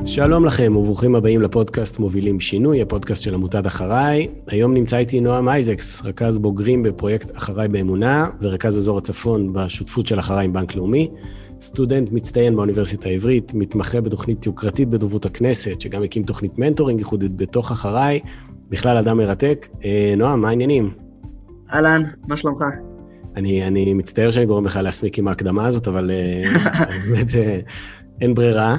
שלום לכם וברוכים הבאים לפודקאסט מובילים שינוי, הפודקאסט של עמותת אחריי. היום נמצא איתי נועם אייזקס, רכז בוגרים בפרויקט אחריי באמונה, ורכז אזור הצפון בשותפות של אחריי עם בנק לאומי. סטודנט מצטיין באוניברסיטה העברית, מתמחה בתוכנית יוקרתית בדוברות הכנסת, שגם הקים תוכנית מנטורינג ייחודית בתוך אחריי, בכלל אדם מרתק. נועם, מה העניינים? אהלן, מה שלומך? אני מצטער שאני גורם לך להסמיק עם ההקדמה הזאת, אבל באמת אין ברירה.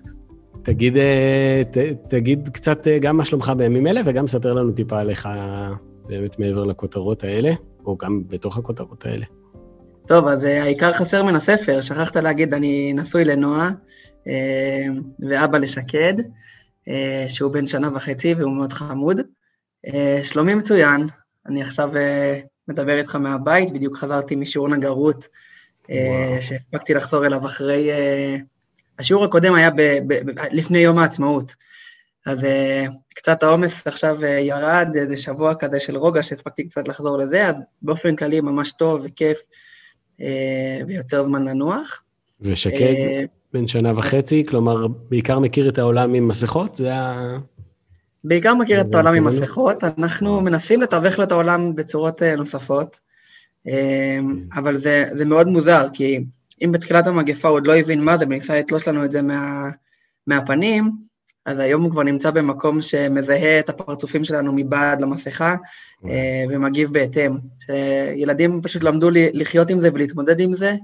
תגיד קצת גם מה שלומך בימים אלה, וגם ספר לנו טיפה עליך באמת מעבר לכותרות האלה, או גם בתוך הכותרות האלה. טוב, אז העיקר חסר מן הספר. שכחת להגיד, אני נשוי לנועה, ואבא לשקד, שהוא בן 1.5 שנה והוא מאוד חמוד. שלומי מצוין, אני עכשיו מדבר איתך מהבית, בדיוק חזרתי משיעור נגרות, שהספקתי לחזור אליו אחרי... השיעור הקודם היה לפני יום העצמאות, אז קצת העומס עכשיו ירד, זה שבוע כזה של רוגע שהספקתי קצת לחזור לזה, אז באופן כללי ממש טוב וכיף, ויותר זמן לנוח. ושקד בן 1.5 שנה, כלומר בעיקר מכיר את העולם עם מסכות? זה בעיקר מכיר את העולם עם מסכות, אנחנו מנסים לתווך לו את העולם בצורות נוספות, אבל זה מאוד מוזר, כי... אם בתחילת המגפה הוא עוד לא הבין מה זה, וניסה לתלוש לנו את זה מהפנים, אז היום הוא כבר נמצא במקום שמזהה את הפרצופים שלנו מבעד למסכה, ומגיב בהתאם. ילדים פשוט למדו לחיות עם זה ולהתמודד עם זה,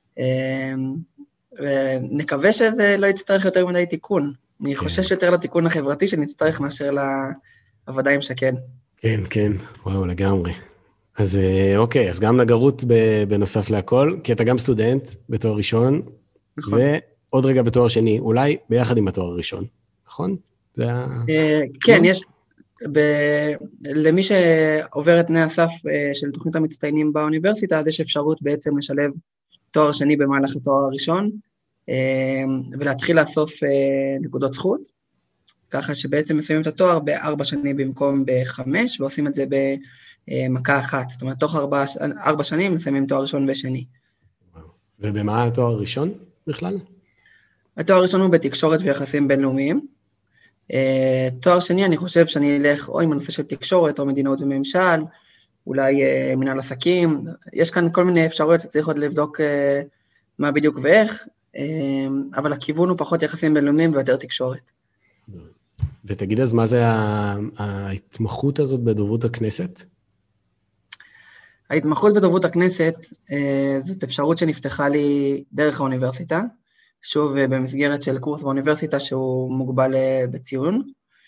ונקווה שזה לא יצטרך יותר מדי תיקון. אני חושש יותר לתיקון החברתי שנצטרך מאשר לעבודה עם שקד. כן, כן, וואו, לגמרי. אז אוקיי, אז גם נגרות בנוסף להכל, כי אתה גם סטודנט בתואר ראשון, נכון. ועוד רגע בתואר שני, אולי ביחד עם התואר הראשון, נכון? כן, יש, למי שעובר את תנאי הסף של תוכנית המצטיינים באוניברסיטה, אז יש אפשרות בעצם לשלב תואר שני במהלך התואר הראשון, ולהתחיל לאסוף נקודות זכות, ככה שבעצם מסיימים את התואר ב4 שנים במקום ב5, ועושים את זה מכה אחת, זאת אומרת, תוך 4 שנים מסיימים תואר ראשון ושני. ובמה התואר הראשון בכלל? התואר הראשון הוא בתקשורת ויחסים בינלאומיים. תואר שני, אני חושב שאני אלך או עם הנושא של תקשורת, או מדינאות וממשל, אולי מנהל עסקים, יש כאן כל מיני אפשרויות שצריך עוד לבדוק מה בדיוק ואיך, אבל הכיוון הוא פחות יחסים בינלאומיים ויותר תקשורת. ותגיד אז מה זה ההתמחות הזאת בדוברות הכנסת? ההתמחות בדוברות הכנסת, זאת אפשרות שנפתחה לי דרך האוניברסיטה, שוב במסגרת של קורס באוניברסיטה שהוא מוגבל בציון,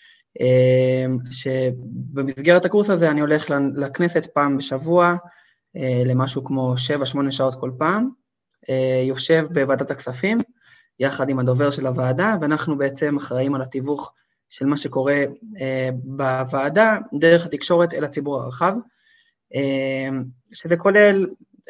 שבמסגרת הקורס הזה אני הולך לכנסת פעם בשבוע, למשהו כמו 7-8 שעות כל פעם, יושב בוועדת הכספים, יחד עם הדובר של הוועדה, ואנחנו בעצם אחראים על התיווך של מה שקורה בוועדה, דרך התקשורת אל הציבור הרחב, שזה כולל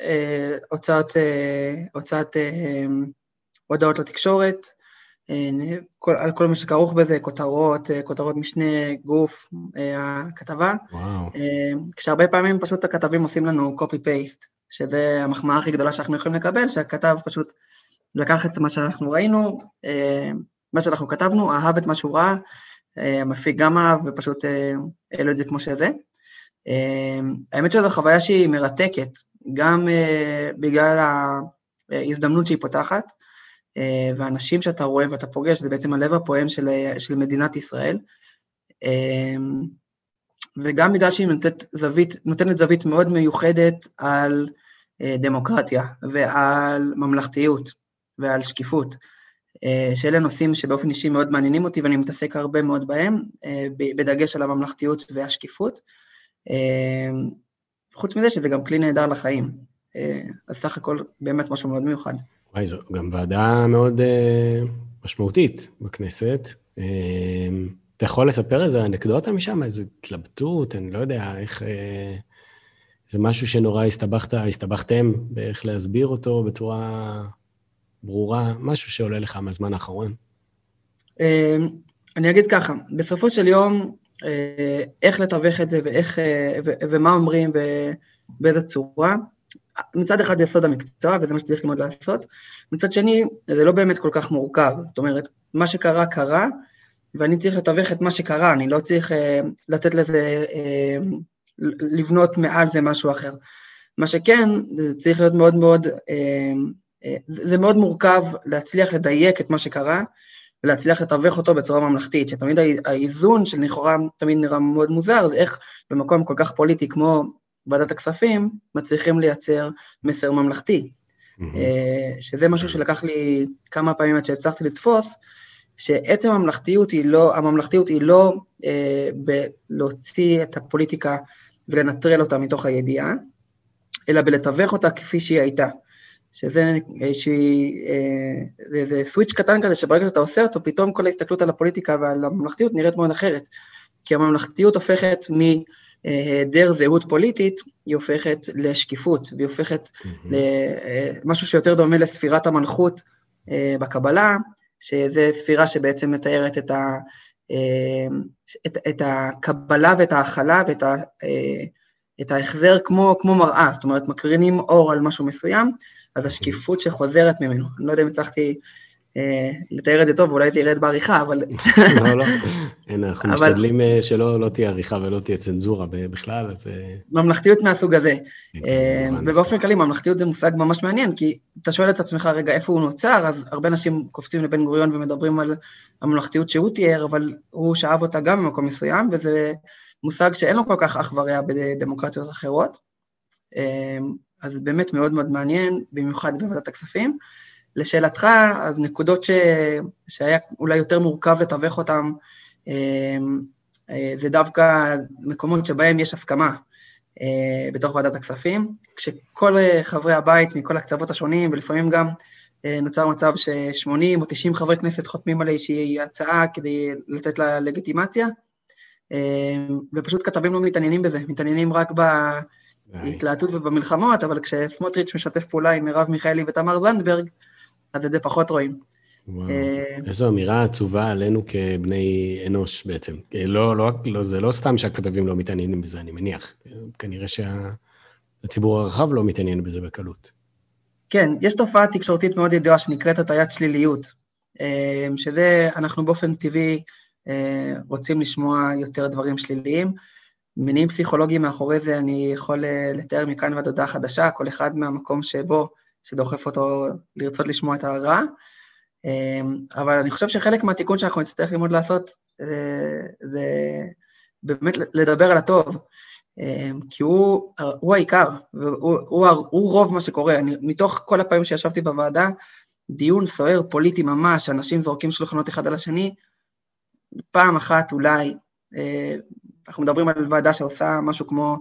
הוצאת הודעות לתקשורת, על כל מה שכרוך בזה, כותרות משנה, גוף, הכתבה, כשהרבה פעמים פשוט הכתבים עושים לנו copy-paste, שזה המחמאה הכי גדולה שאנחנו יכולים לקבל, שהכתב פשוט לקח את מה שאנחנו ראינו, מה שאנחנו כתבנו, אהב את מה שהוא ראה, המפיק גם אהב, ופשוט העלו את זה כמו שזה. האמת שזו חוויה שהיא מרתקת, גם בגלל ההזדמנות שהיא פותחת, והאנשים שאתה רואה ואתה פוגש, זה בעצם הלב הפועם של מדינת ישראל, וגם בגלל שהיא נותנת זווית מאוד מיוחדת על דמוקרטיה, ועל ממלכתיות, ועל שקיפות, שאלה נושאים שבאופן אישי מאוד מעניינים אותי, ואני מתעסק הרבה מאוד בהם, בדגש על הממלכתיות והשקיפות, חוץ מזה שזה גם כלי נהדר לחיים, אז סך הכל באמת משהו מאוד מיוחד. וואי, זו גם ועדה מאוד משמעותית בכנסת, אתה יכול לספר איזה אנקדוטה משם, איזה התלבטות, אני לא יודע איך, זה משהו שנורא הסתבכתם באיך להסביר אותו בצורה ברורה, משהו שעולה לך מהזמן האחרון? אני אגיד ככה, בסופו של יום, איך לתווך את זה ומה אומרים ובאיזה צורה, מצד אחד זה סוד המקצוע, וזה מה שצריך ללמוד לעשות, מצד שני, זה לא באמת כל כך מורכב, זאת אומרת, מה שקרה, קרה, ואני צריך לתווך את מה שקרה, אני לא צריך לתת לזה, לבנות מעל זה משהו אחר. מה שכן, זה צריך להיות מאוד מאוד, זה מאוד מורכב להצליח לדייק את מה שקרה, ולהצליח לתווך אותו בצורה ממלכתית, שתמיד האיזון של לכאורה תמיד נראה מאוד מוזר, זה איך במקום כל כך פוליטי כמו ועדת הכספים, מצליחים לייצר מסר ממלכתי, שזה משהו שלקח לי כמה פעמים עד שהצלחתי לתפוס, שעצם הממלכתיות היא לא להוציא את הפוליטיקה ולנטרל אותה מתוך הידיעה, אלא בלתווך אותה כפי שהיא הייתה. שזה זה סוויץ' קטן כזה, שברגע שאתה עושה אותו, פתאום כל ההסתכלות על הפוליטיקה ועל הממלכתיות נראית מאוד אחרת. כי הממלכתיות הופכת מהיעדר זהות פוליטית, היא הופכת לשקיפות, והיא הופכת למשהו שיותר דומה לספירת המלכות בקבלה, שזה ספירה שבעצם מתארת את הקבלה ואת ההכלה ואת ההחזר כמו מראה, זאת אומרת, מקרינים אור על משהו מסוים, אז השקיפות שחוזרת ממנו. אני לא יודע אם הצלחתי לתאר את זה טוב, ואולי זה ירד בעריכה, אבל... לא. אנחנו משתדלים שלא תהיה עריכה ולא תהיה צנזורה בכלל, אז... ממלכתיות מהסוג הזה. ובאופן כללי, ממלכתיות זה מושג ממש מעניין, כי אתה שואל את עצמך, רגע, איפה הוא נוצר, אז הרבה אנשים קופצים לבן גוריון ומדברים על הממלכתיות שהוא תיאר, אבל הוא שאב אותה גם במקום מסוים, וזה מושג שאין לו כל כך אח ורע בדמוקרטיות אחרות. אז באמת מאוד מאוד מעניין, במיוחד בוועדת הכספים. לשאלתך, אז נקודות שהיה אולי יותר מורכב לתווך אותם, זה דווקא מקומות שבהם יש הסכמה בתוך ועדת הכספים, כשכל חברי הבית מכל הקצוות השונים, ולפעמים גם נוצר מצב ש80 או 90 חברי כנסת חותמים על איזושהי הצעה כדי לתת לה לגיטימציה, ופשוט כתבים לא מתעניינים בזה, מתעניינים רק בהתלהטות ובמלחמות, אבל כשסמוטריץ' משתף פעולה עם מרב מיכאלי ותמר זנדברג, אז את זה פחות רואים. איזו אמירה עצובה עלינו כבני אנוש בעצם. זה לא סתם שהכתבים לא מתעניינים בזה, אני מניח. כנראה שהציבור הרחב לא מתעניין בזה בקלות. כן, יש תופעה תקשורתית מאוד ידועה שנקראת הטיית שליליות, שזה אנחנו באופן טבעי רוצים לשמוע יותר דברים שליליים. מניעים פסיכולוגיים מאחורי זה אני יכול לתאר מכאן ועד הודעה חדשה, כל אחד מהמקום שבו שדוחף אותו לרצות לשמוע את הרע, אבל אני חושב שחלק מהתיקון שאנחנו נצטרך ללמוד לעשות, זה באמת לדבר על הטוב, כי הוא העיקר, הוא רוב מה שקורה. מתוך כל הפעמים שישבתי בוועדה, דיון סוער פוליטי ממש, אנשים זורקים שולחנות אחד על השני, פעם אחת אולי, אנחנו מדברים על ועדה שעושה משהו כמו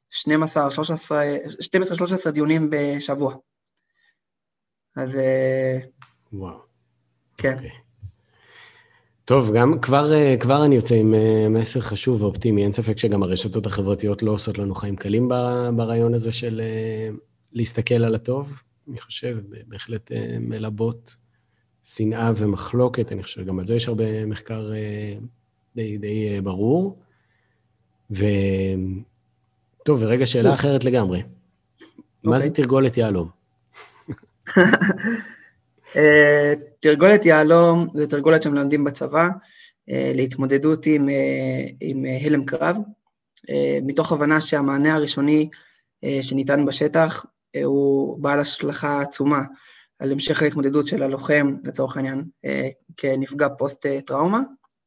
12-13 דיונים בשבוע. אז... וואו. כן. Okay. טוב, גם כבר אני יוצא עם מסר חשוב ואופטימי. אין ספק שגם הרשתות החברתיות לא עושות לנו חיים קלים ברעיון הזה של להסתכל על הטוב. אני חושב, בהחלט מלבות שנאה ומחלוקת. אני חושב, גם על זה יש הרבה מחקר די ברור. טוב, ורגע שאלה אחרת לגמרי. מה זה תרגולת יהלום? תרגולת יהלום זה תרגולת שמלמדים בצבא, להתמודדות עם הלם קרב, מתוך הבנה שהמענה הראשוני שניתן בשטח, הוא בעל השלכה עצומה על המשך ההתמודדות של הלוחם, לצורך העניין, כנפגע פוסט-טראומה.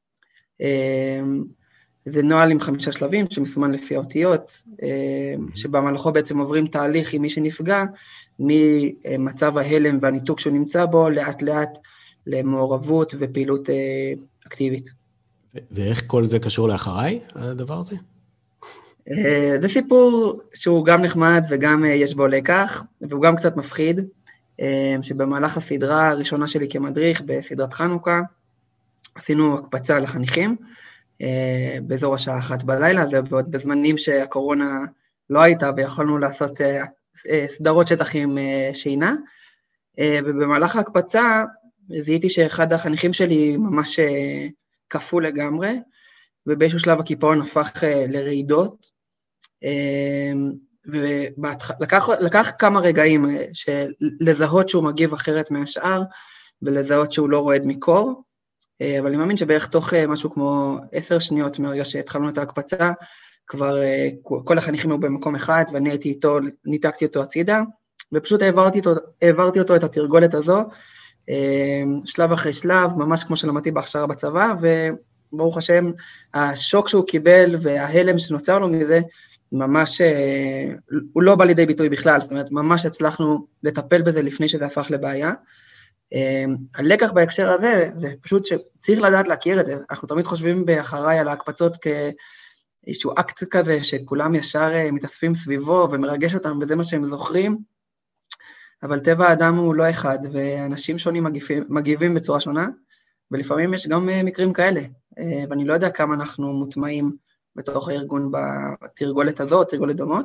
זה נוהל עם 5 שלבים שמסומן לפי האותיות, שבמהלכו בעצם עוברים תהליך עם מי שנפגע, ממצב ההלם והניתוק שהוא נמצא בו, לאט לאט למעורבות ופעילות אקטיבית. ואיך כל זה קשור לאחריי, הדבר הזה? זה סיפור שהוא גם נחמד וגם יש בו לקח, והוא גם קצת מפחיד, שבמהלך הסדרה הראשונה שלי כמדריך בסדרת חנוכה, עשינו הקפצה לחניכים, באזור השעה 1 בלילה, זה עוד בזמנים שהקורונה לא הייתה, ויכולנו לעשות סדרות שטח עם שינה, ובמהלך ההקפצה זיהיתי שאחד החניכים שלי ממש קפוא לגמרי, ובאיזשהו שלב הקיפאון הפך לרעידות, ולקח כמה רגעים לזהות שהוא מגיב אחרת מהשאר, ולזהות שהוא לא רועד מקור, אבל אני מאמין שבערך תוך משהו כמו 10 שניות מהרגע שהתחלנו את ההקפצה, כבר כל החניכים היו במקום אחד, ואני הייתי איתו, ניתקתי אותו הצידה, ופשוט העברתי אותו את התרגולת הזו, שלב אחרי שלב, ממש כמו שלמדתי בהכשרה בצבא, וברוך השם, השוק שהוא קיבל וההלם שנוצר לו מזה, ממש, הוא לא בא לידי ביטוי בכלל, זאת אומרת, ממש הצלחנו לטפל בזה לפני שזה הפך לבעיה. הלקח בהקשר הזה, זה פשוט שצריך לדעת להכיר את זה, אנחנו תמיד חושבים באחריי על ההקפצות כאיזשהו אקט כזה, שכולם ישר מתאספים סביבו ומרגש אותם, וזה מה שהם זוכרים, אבל טבע האדם הוא לא אחד, ואנשים שונים מגיבים בצורה שונה, ולפעמים יש גם מקרים כאלה, ואני לא יודע כמה אנחנו מוטמעים בתוך הארגון בתרגולת הזאת, תרגולת דומות,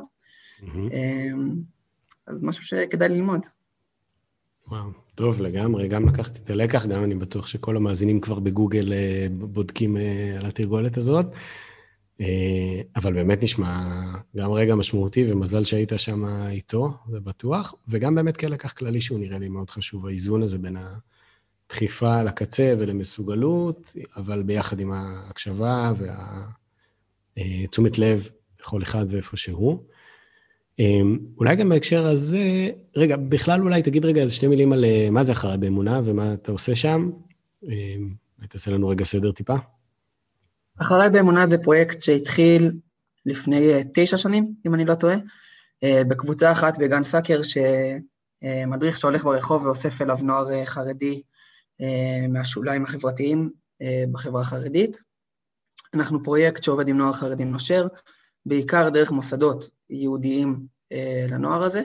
אז משהו שכדאי ללמוד. וואו, טוב לגמרי, גם לקחתי את הלקח, גם אני בטוח שכל המאזינים כבר בגוגל בודקים על התרגולת הזאת, אבל באמת נשמע גם רגע משמעותי, ומזל שהיית שם איתו, זה בטוח, וגם באמת כלקח כללי שהוא נראה לי מאוד חשוב, האיזון הזה בין הדחיפה לקצה ולמסוגלות, אבל ביחד עם ההקשבה והתשומת לב לכל אחד ואיפה שהוא. אולי גם בהקשר הזה, רגע, בכלל אולי תגיד רגע איזה 2 מילים על מה זה אחריי באמונה ומה אתה עושה שם, תעשה לנו רגע סדר טיפה. אחריי באמונה זה פרויקט שהתחיל לפני 9 שנים, אם אני לא טועה, בקבוצה אחת בגן סאקר, שמדריך שהולך ברחוב ואוסף אליו נוער חרדי מהשוליים החברתיים בחברה החרדית. אנחנו פרויקט שעובד עם נוער חרדי נושר, בעיקר דרך מוסדות יהודיים לנוער הזה.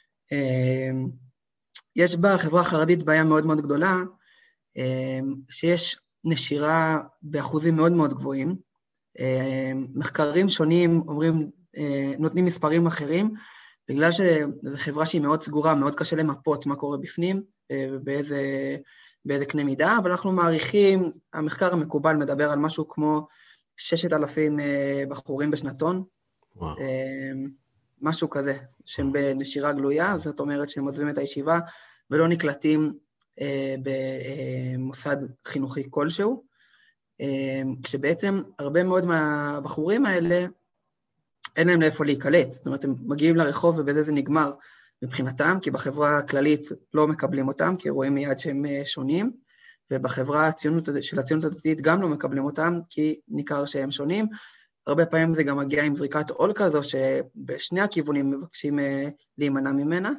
יש בחברה החרדית בעיה מאוד מאוד גדולה, שיש נשירה באחוזים מאוד מאוד גבוהים. מחקרים שונים נותנים מספרים אחרים, בגלל שזו חברה שהיא מאוד סגורה, מאוד קשה למפות מה קורה בפנים, באיזה קנה מידה, אבל אנחנו מעריכים, המחקר המקובל מדבר על משהו כמו 6,000 בחורים בשנתון, וואו. משהו כזה, שהם בנשירה גלויה, זאת אומרת שהם עוזבים את הישיבה, ולא נקלטים במוסד חינוכי כלשהו, כשבעצם הרבה מאוד מהבחורים האלה, אין להם לאיפה להיקלט, זאת אומרת, הם מגיעים לרחוב ובזה זה נגמר מבחינתם, כי בחברה הכללית לא מקבלים אותם, כי רואים מיד שהם שונים, ובחברה של הציונות הדתית גם לא מקבלים אותם, כי ניכר שהם שונים. הרבה פעמים זה גם מגיע עם זריקת עול כזו, שבשני הכיוונים מבקשים להימנע ממנה.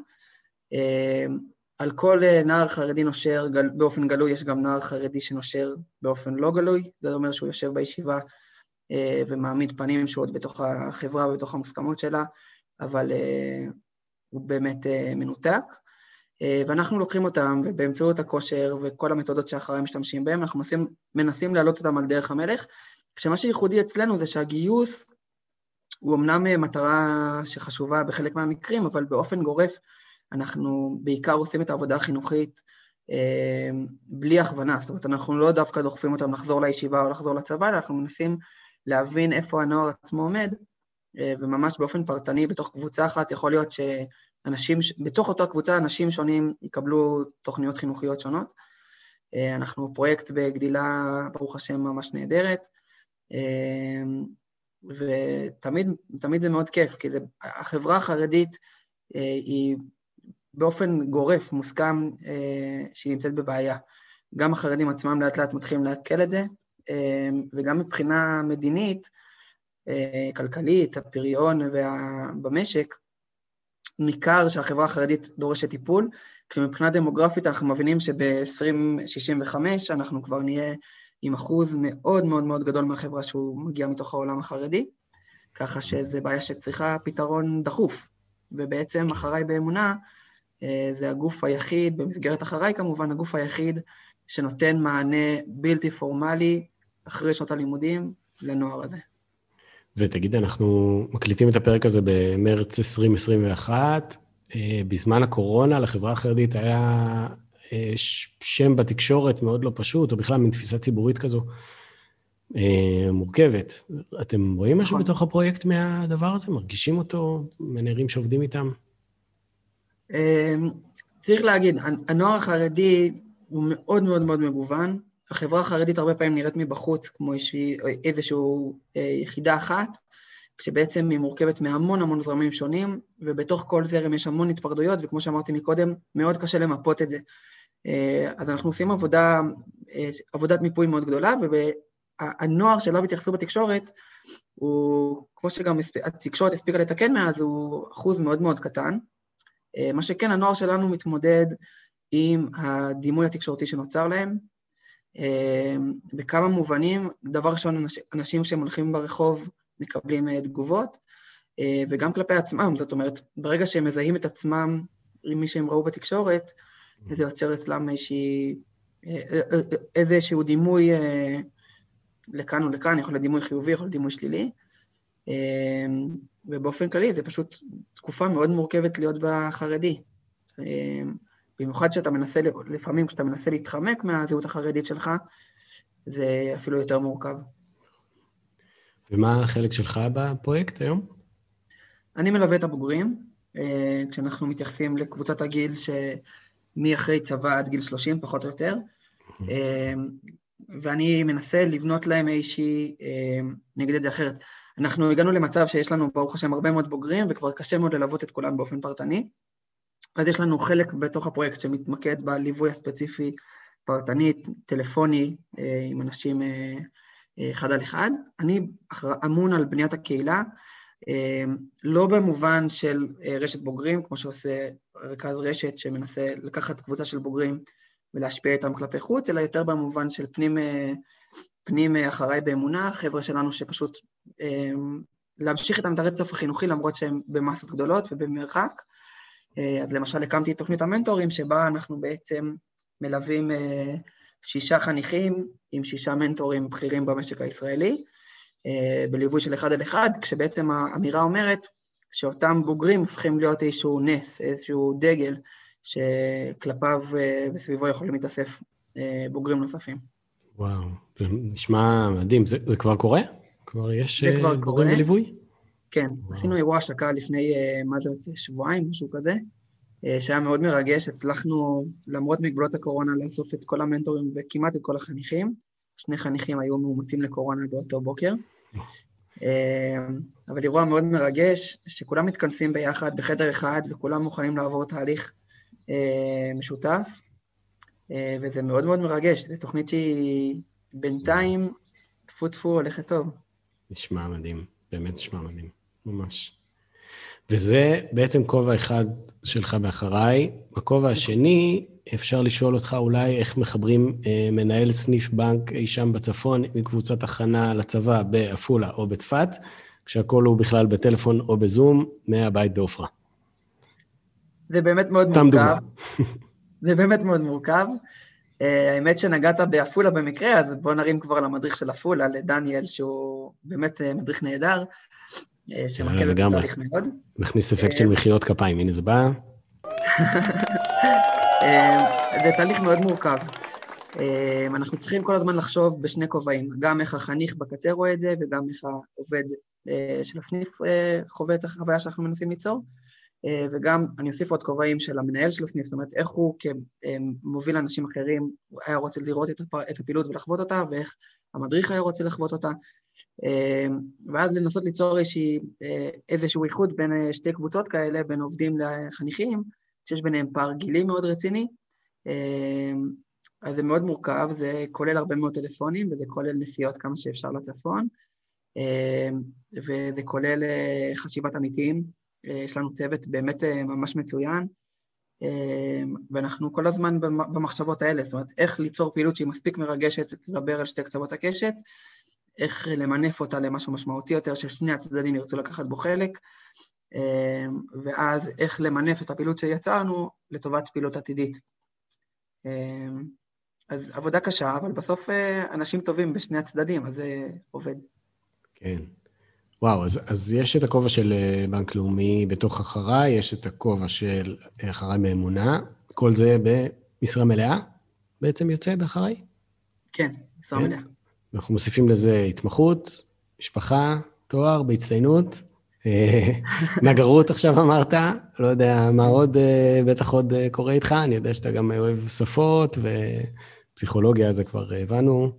על כל נער חרדי נושר באופן גלוי, יש גם נער חרדי שנושר באופן לא גלוי, זה אומר שהוא יושב בישיבה ומעמיד פנים שהוא עוד בתוך החברה ובתוך המוסכמות שלה, אבל הוא באמת מנותק. ואנחנו לוקחים אותם, ובאמצעות הכושר וכל המתודות שאחריהם משתמשים בהם, אנחנו מנסים להעלות אותם על דרך המלך, כשמה שייחודי אצלנו זה שהגיוס הוא אמנם מטרה שחשובה בחלק מהמקרים, אבל באופן גורף אנחנו בעיקר עושים את העבודה החינוכית בלי הכוונה, זאת אומרת, אנחנו לא דווקא דוחפים אותם לחזור לישיבה או לחזור לצבא, אנחנו מנסים להבין איפה הנוער עצמו עומד, וממש באופן פרטני בתוך קבוצה אחת יכול להיות שאנשים, בתוך אותה קבוצה אנשים שונים יקבלו תוכניות חינוכיות שונות. אנחנו פרויקט בגדילה, ברוך השם, ממש נהדרת, ותמיד זה מאוד כיף, כי החברה החרדית היא באופן גורף, מוסכם שהיא נמצאת בבעיה. גם החרדים עצמם לאט לאט מתחילים להקל את זה, וגם מבחינה מדינית, כלכלית, הפריון במשק, ניכר שהחברה החרדית דורשת טיפול, כשמבחינה דמוגרפית אנחנו מבינים שב-2065 אנחנו כבר נהיה עם אחוז מאוד מאוד מאוד גדול מהחברה שהוא מגיע מתוך העולם החרדי, ככה שזה בעיה שצריכה פתרון דחוף, ובעצם אחריי באמונה, זה הגוף היחיד, במסגרת אחריי כמובן, הגוף היחיד שנותן מענה בלתי פורמלי אחרי שעות הלימודים לנוער הזה. ותגיד, אנחנו מקליטים את הפרק הזה במרץ 2021, בזמן הקורונה לחברה החרדית היה שם בתקשורת מאוד לא פשוט, או בכלל מן תפיסה ציבורית כזו, מורכבת. אתם רואים משהו בתוך הפרויקט מהדבר הזה? מרגישים אותו? מנהלים שעובדים איתם? צריך להגיד, הנוער החרדי הוא מאוד מאוד מאוד מגוון. החברה החרדית הרבה פעמים נראית מבחוץ כמו איזושהי יחידה אחת, כשבעצם היא מורכבת מהמון המון זרמים שונים, ובתוך כל זרם יש המון התפרדויות, וכמו שאמרתי מקודם, מאוד קשה למפות את זה. אז אנחנו עושים עבודת מיפוי מאוד גדולה, והנוער שאליו התייחסו בתקשורת, הוא, כמו שגם התקשורת הספיקה לתקן מאז, הוא אחוז מאוד מאוד קטן. מה שכן, הנוער שלנו מתמודד עם הדימוי התקשורתי שנוצר להם, בכמה מובנים. דבר ראשון, אנשים שהם הולכים ברחוב מקבלים תגובות, וגם כלפי עצמם. זאת אומרת, ברגע שהם מזהים את עצמם עם מי שהם ראו בתקשורת, זה יוצר אצלם איזשהו דימוי לכאן ולכאן, יכול להיות דימוי חיובי, יכול להיות דימוי שלילי, ובאופן כללי זה פשוט תקופה מאוד מורכבת להיות בחרדי. במיוחד שאתה מנסה, לפעמים כשאתה מנסה להתחמק מהזהות החרדית שלך, זה אפילו יותר מורכב. ומה החלק שלך בפרויקט היום? אני מלווה את הבוגרים, כשאנחנו מתייחסים לקבוצת הגיל שמי אחרי צבא עד גיל 30, פחות או יותר, ואני מנסה לבנות להם איזושהי, נגיד את זה אחרת, אנחנו הגענו למצב שיש לנו, ברוך השם, הרבה מאוד בוגרים, וכבר קשה מאוד ללוות את כולם באופן פרטני, אז יש לנו חלק בתוך הפרויקט שמתמקד בליווי הספציפי פרטנית, טלפוני, עם אנשים אחד על אחד. אני אמון על בניית הקהילה, לא במובן של רשת בוגרים, כמו שעושה רכז רשת שמנסה לקחת קבוצה של בוגרים ולהשפיע איתם כלפי חוץ, אלא יותר במובן של פנים אחריי באמונה, חבר'ה שלנו שפשוט להמשיך איתם את הרצף החינוכי, למרות שהם במסות גדולות ובמרחק. אז למשל הקמתי את תוכנית המנטורים, שבה אנחנו בעצם מלווים 6 חניכים עם 6 מנטורים בכירים במשק הישראלי, בליווי של אחד על אחד, כשבעצם האמירה אומרת שאותם בוגרים הופכים להיות איזשהו נס, איזשהו דגל, שכלפיו וסביבו יכולים להתאסף בוגרים נוספים. וואו, זה נשמע מדהים. זה כבר קורה? כבר יש בוגרים בליווי? כן, עשינו אירוע השקה לפני, מה זה יוצא, שבועיים, משהו כזה, שהיה מאוד מרגש. הצלחנו, למרות מגבלות הקורונה, לאסוף את כל המנטורים וכמעט את כל החניכים. 2 חניכים היו מאומתים לקורונה באותו בוקר. אבל אירוע מאוד מרגש, שכולם מתכנסים ביחד בחדר אחד, וכולם מוכנים לעבור תהליך משותף, וזה מאוד מאוד מרגש. זו תוכנית שהיא בינתיים, טפו הולכת טוב. נשמע מדהים, באמת נשמע מדהים, ממש. וזה בעצם כובע אחד שלך באחריי. בכובע השני, אפשר לשאול אותך אולי איך מחברים מנהל סניף בנק אי שם בצפון, מקבוצת הכנה לצבא באפולה או בצפת, כשהכל הוא בכלל בטלפון או בזום, מהבית באופרה. זה באמת מאוד מורכב. זה באמת מאוד מורכב. האמת שנגעת באפולה במקרה, אז בואו נרים כבר למדריך של אפולה, לדניאל, שהוא באמת מדריך נהדר, שמקל את התהליך מאוד. נכניס אפקט של מחיאות כפיים, הנה זה בא. זה תהליך מאוד מורכב. אנחנו צריכים כל הזמן לחשוב בשני כובעים, גם איך החניך בקצה רואה את זה, וגם איך העובד של הסניף חווה את החוויה שאנחנו מנסים ליצור, וגם אני אוסיף עוד כובעים של המנהל של הסניף, זאת אומרת, איך הוא כמוביל אנשים אחרים, היה רוצה לראות את הפעילות ולחוות אותה, ואיך המדריך היה רוצה לחוות אותה, ואז לנסות ליצור איזשהו איחוד בין שתי קבוצות כאלה, בין עובדים לחניכים, שיש ביניהם פער גילי מאוד רציני, אז זה מאוד מורכב, זה כולל הרבה מאוד טלפונים, וזה כולל נסיעות כמה שאפשר לצפון, וזה כולל חשיבת עמיתים, יש לנו צוות באמת ממש מצוין, ואנחנו כל הזמן במחשבות האלה, זאת אומרת, איך ליצור פעילות שהיא מספיק מרגשת, לדבר על שתי קצוות הקשת, איך למנף אותה למשהו משמעותי יותר, ששני הצדדים ירצו לקחת בו חלק, ואז איך למנף את הפעילות שיצרנו לטובת פעילות עתידית. אז עבודה קשה, אבל בסוף אנשים טובים בשני הצדדים, אז זה עובד. כן. וואו, אז יש את הכובע של בנק לאומי בתוך אחריי, יש את הכובע של אחריי באמונה, כל זה במשרה מלאה בעצם יוצא באחריי? כן, משרה מלאה. אנחנו מוסיפים לזה התמחות, משפחה, תואר, בהצטיינות, נגרות עכשיו אמרת, לא יודע מה עוד, בטח עוד קורה איתך, אני יודע שאתה גם אוהב שפות, ופסיכולוגיה זה כבר הבנו.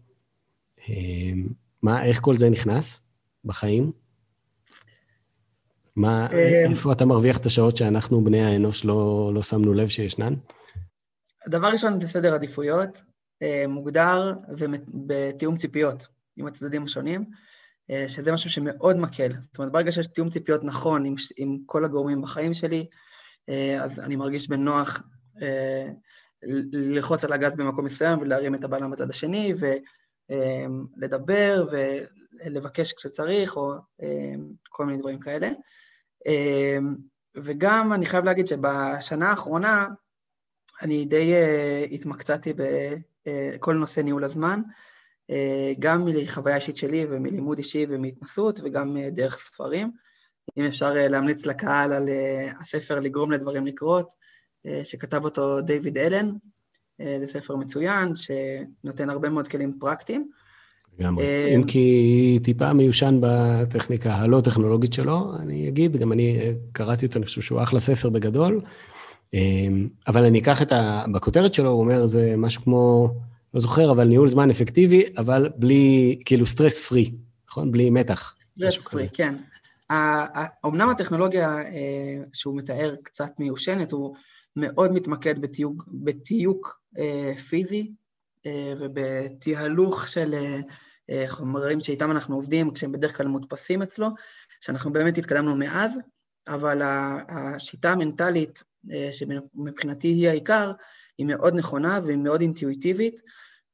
איך כל זה נכנס בחיים? איפה אתה מרוויח את השעות שאנחנו בני האנוש לא שמנו לב שישנן? הדבר ראשון זה סדר עדיפויות, מוגדר ובתיאום ציפיות עם הצדדים השונים, שזה משהו שמאוד מקל. זאת אומרת, ברגע שיש תיאום ציפיות נכון עם כל הגורמים בחיים שלי, אז אני מרגיש בנוח ללחוץ על הגז במקום מסוים ולהרים את הבעלה בצד השני, ולדבר ולבקש כשצריך, או כל מיני דברים כאלה. וגם אני חייב להגיד שבשנה האחרונה, אני די התמקצעתי בכל נושא ניהול הזמן, גם מחוויה אישית שלי ומלימוד אישי ומהתנסות, וגם דרך ספרים. אם אפשר להמליץ לקהל על הספר לגרום לדברים לקרות, שכתב אותו דיוויד אלן, זה ספר מצוין, שנותן הרבה מאוד כלים פרקטיים. אם כי טיפה מיושן בטכניקה הלא טכנולוגית שלו, אני אגיד, גם אני קראתי אותו, אני חושב שהוא אחלה ספר בגדול, אבל אני אקח בכותרת שלו, הוא אומר, זה משהו כמו, לא זוכר, אבל ניהול זמן אפקטיבי, אבל בלי, כאילו סטרס פרי, נכון? בלי מתח. סטרס פרי, כן. אמנם הטכנולוגיה שהוא מתאר קצת מיושנת, הוא מאוד מתמקד בתיוק פיזי, ובתהלוך של חומרים שאיתם אנחנו עובדים, כשהם בדרך כלל מודפסים אצלו, שאנחנו באמת התקדמנו מאז, אבל השיטה המנטלית, שמבחינתי היא העיקר, היא מאוד נכונה והיא מאוד אינטואיטיבית,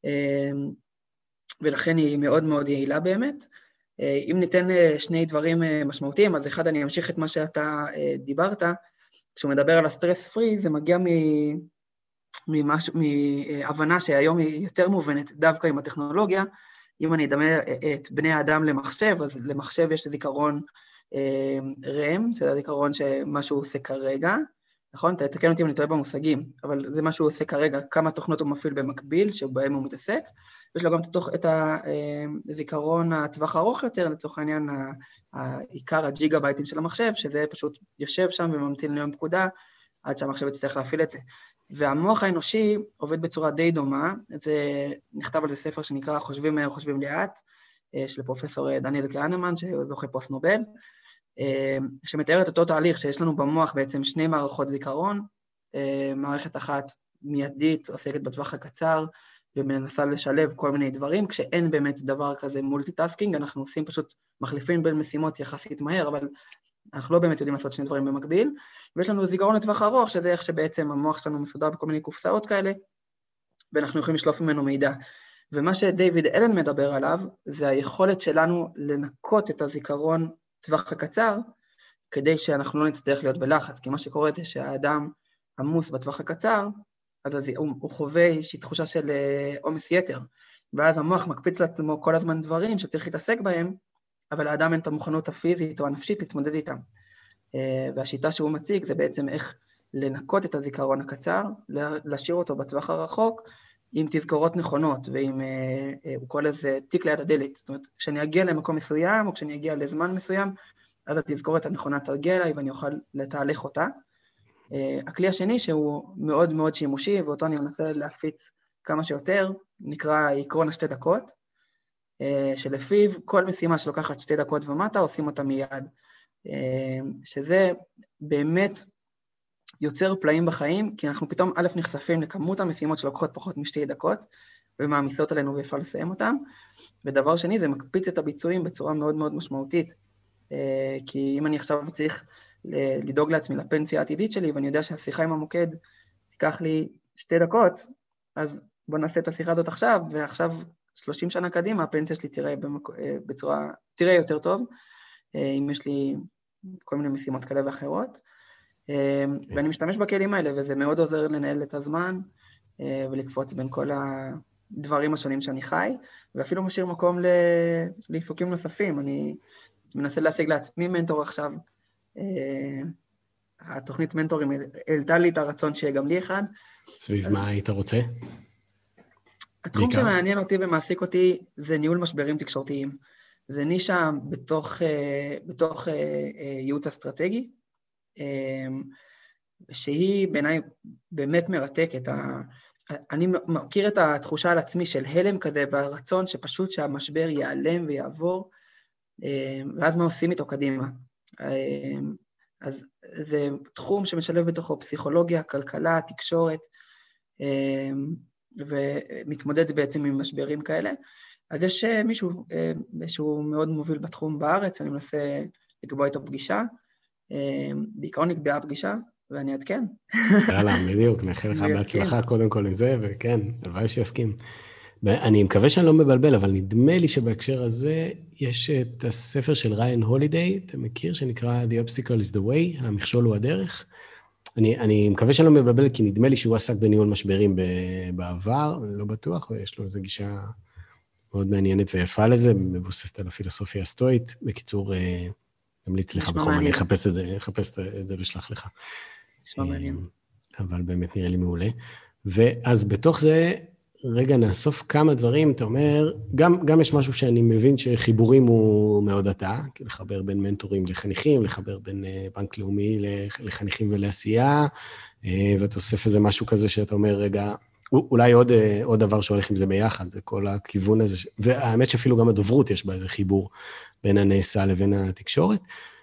ולכן היא מאוד מאוד יעילה באמת. אם ניתן שני דברים משמעותיים, אז אחד אני אמשיך את מה שאתה דיברת, כשהוא מדבר על הסטרס פרי, זה מגיע מהבנה שהיום היא יותר מובנת דווקא עם הטכנולוגיה. אם אני אדמה את בני האדם למחשב, אז למחשב יש זיכרון רם, שזה הזיכרון שמה שהוא עושה כרגע, נכון? תתקן אותי אם אני טועה במושגים, אבל זה מה שהוא עושה כרגע, כמה תוכנות הוא מפעיל במקביל, שבהם הוא מתעסק. יש לו גם את הזיכרון הטווח הארוך יותר, לצורך העניין, העיקר הג'יגה בייטים של המחשב, שזה פשוט יושב שם וממתין ליום פקודה, עד שהמחשב יצטרך להפעיל את זה. והמוח האנושי עובד בצורה די דומה, זה נכתב על זה ספר שנקרא חושבים מהר, חושבים לאט, של פרופסור דניאל קהנמן, שזוכה פרס נובל, שמתאר את אותו תהליך שיש לנו במוח בעצם שני מערכות זיכרון, מערכת אחת מיידית, עוסקת בטווח הקצר, ומנסה לשלב כל מיני דברים, כשאין באמת דבר כזה מולטיטאסקינג, אנחנו עושים פשוט מחליפים בין משימות יחסית מהר, אבל אנחנו לא באמת יודעים לעשות שני דברים במקביל, ויש לנו זיכרון לטווח ארוך, שזה איך שבעצם המוח שלנו מסודר בכל מיני קופסאות כאלה, ואנחנו יכולים לשלוף ממנו מידע. ומה שדייוויד אלן מדבר עליו, זה היכולת שלנו לנקות את הזיכרון טווח הקצר, כדי שאנחנו לא נצטרך להיות בלחץ, כי מה שקורה זה שהאדם עמוס בטווח הקצר, אז הוא חווה איזושהי תחושה של עומס יתר, ואז המוח מקפיץ לעצמו כל הזמן דברים שצריך להתעסק בהם, אבל האדם אין את המוכנות הפיזית או הנפשית להתמודד איתם. והשיטה שהוא מציג זה בעצם איך לנקות את הזיכרון הקצר, להשאיר אותו בטווח הרחוק, עם תזכורות נכונות, ועם, הוא קורא לזה תיק ליד הדלת. זאת אומרת, כשאני אגיע למקום מסוים, או כשאני אגיע לזמן מסוים, אז התזכורת הנכונה תרגיע אליי, ואני אוכל לתהלך אותה. הכלי השני, שהוא מאוד מאוד שימושי, ואותו אני מנסה להפיץ כמה שיותר, נקרא עקרון השתי דקות, שלפיו כל משימה שלוקחת 2 דקות ומטה, עושים אותה מיד. שזה באמת יוצר פלאים בחיים, כי אנחנו פתאום א' נחשפים לכמות המשימות שלוקחות פחות מ2 דקות, ומעמיסות עלינו ואפשר לסיים אותם. ודבר שני, זה מקפיץ את הביצועים בצורה מאוד מאוד משמעותית. כי אם אני עכשיו צריך לדאוג לעצמי לפנסיה העתידית שלי, ואני יודע שהשיחה עם המוקד תיקח לי 2 דקות, אז בוא נעשה את השיחה הזאת עכשיו, ועכשיו 30 שנה קדימה, הפנסיה שלי תראה יותר טוב, אם יש לי כל מיני משימות כאלה ואחרות. ואני משתמש בכלים האלה, וזה מאוד עוזר לנהל את הזמן, ולקפוץ בין כל הדברים השונים שאני חי, ואפילו משאיר מקום לעיסוקים נוספים. אני מנסה להשיג לעצמי מנטור עכשיו. התוכנית מנטורים העלתה לי את הרצון שיהיה גם לי אחד. סביב מה היית רוצה? התחום שמעניין אותי ומעסיק אותי זה ניהול משברים תקשורתיים. זה נישה בתוך ייעוץ אסטרטגי, שהיא בעיניי באמת מרתקת. אני מכיר את התחושה על עצמי של הלם כזה, והרצון שפשוט שהמשבר ייעלם ויעבור, ואז מה עושים איתו קדימה. אז זה תחום שמשלב בתוכו פסיכולוגיה, כלכלה, תקשורת, ומתמודד בעצם עם משברים כאלה. אז יש מישהו שהוא מאוד מוביל בתחום בארץ, אני מנסה לקבוע איתו פגישה, בעיקרון נקבעה פגישה, ואני אעדכן. יאללה, בדיוק, נאחל לך בהצלחה קודם כל עם זה, וכן, הלוואי שיסכים. אני מקווה שאני לא מבלבל, אבל נדמה לי שבהקשר הזה יש את הספר של ריין הולידיי, אתה מכיר, שנקרא The Obstacle is the Way, המכשול הוא הדרך. אני מקווה שאני לא מבלבל, כי נדמה לי שהוא עסק בניהול משברים בעבר, אני לא בטוח, ויש לו איזו גישה מאוד מעניינת ויפה לזה, מבוססת על הפילוסופיה הסטואית. בקיצור, אמליץ לך בחום, אני אחפש את זה ושלח לך. נשמע מעניין. אבל באמת נראה לי מעולה. ואז בתוך זה, רגע נאסוף כמה דברים, אתה אומר, גם יש משהו שאני מבין שחיבורים הוא מאוד אתה, לחבר בין מנטורים לחניכים, לחבר בין בנק לאומי לחניכים ולעשייה, ואתה אוסף איזה משהו כזה שאתה אומר, רגע, אולי עוד דבר שהולך עם זה ביחד, זה כל הכיוון הזה, והאמת שאפילו גם הדוברות יש בה איזה חיבור בין הנעשה לבין התקשורת,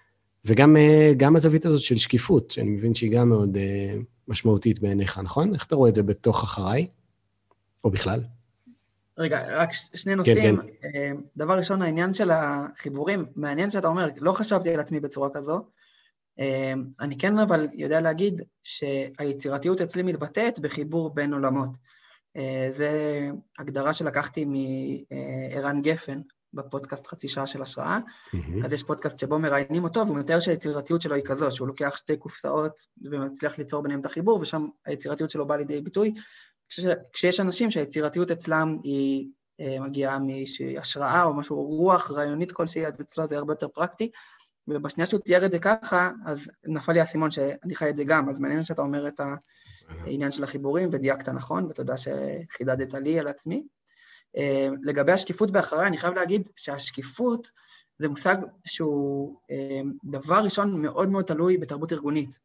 וגם הזווית הזאת של שקיפות, שאני מבין שהיא גם מאוד משמעותית בעיניך, נכון? איך אתה רואה את זה בתוך אחריי? או בכלל? רגע, רק שני נושאים. כן. דבר ראשון, העניין של החיבורים, מעניין שאתה אומר, לא חשבתי על עצמי בצורה כזו, אני כן אבל יודע להגיד שהיצירתיות אצלי מתבטאת בחיבור בין עולמות. זה הגדרה שלקחתי מערן גפן, בפודקאסט חצי שעה של השראה, אז יש פודקאסט שבו מראיינים אותו, והוא מתאר שהיצירתיות שלו היא כזו, שהוא לוקח שתי קופסאות ומצליח ליצור ביניהם את החיבור, ושם היצירתיות שלו באה לידי ביטוי, כשיש אנשים שהיצירתיות אצלם היא מגיעה מאיזושהי השראה או משהו, רוח רעיונית כלשהי, אז אצלו זה הרבה יותר פרקטי, ובשנייה שהוא תיאר את זה ככה, אז נפל לי הסימון שאני חי את זה גם, אז מעניין שאתה אומר את העניין של החיבורים, ודייקת נכון, ותודה שחידדת לי על עצמי. לגבי השקיפות ואחריי, אני חייב להגיד שהשקיפות זה מושג שהוא דבר ראשון מאוד מאוד תלוי בתרבות ארגונית.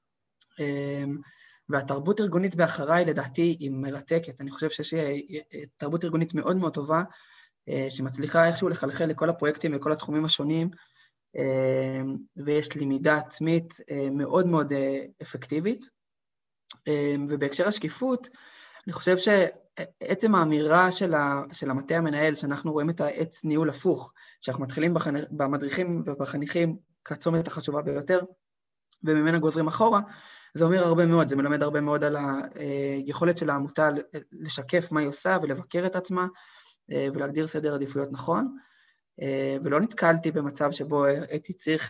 והתרבות ארגונית באחריי לדעתי היא מרתקת. אני חושב שיש תרבות ארגונית מאוד מאוד טובה, שמצליחה איכשהו לחלחל לכל הפרויקטים וכל התחומים השונים, ויש למידה עצמית מאוד מאוד אפקטיבית. ובהקשר השקיפות, אני חושב שעצם האמירה של המטה המנהל, שאנחנו רואים את העץ ניהול הפוך, שאנחנו מתחילים במדריכים ובחניכים כצומת החשובה ביותר, וממנה גוזרים אחורה, זה אומר הרבה מאוד, זה מלמד הרבה מאוד על היכולת של העמותה לשקף מה היא עושה ולבקר את עצמה, ולהגדיר סדר עדיפויות נכון, ולא נתקלתי במצב שבו הייתי צריך,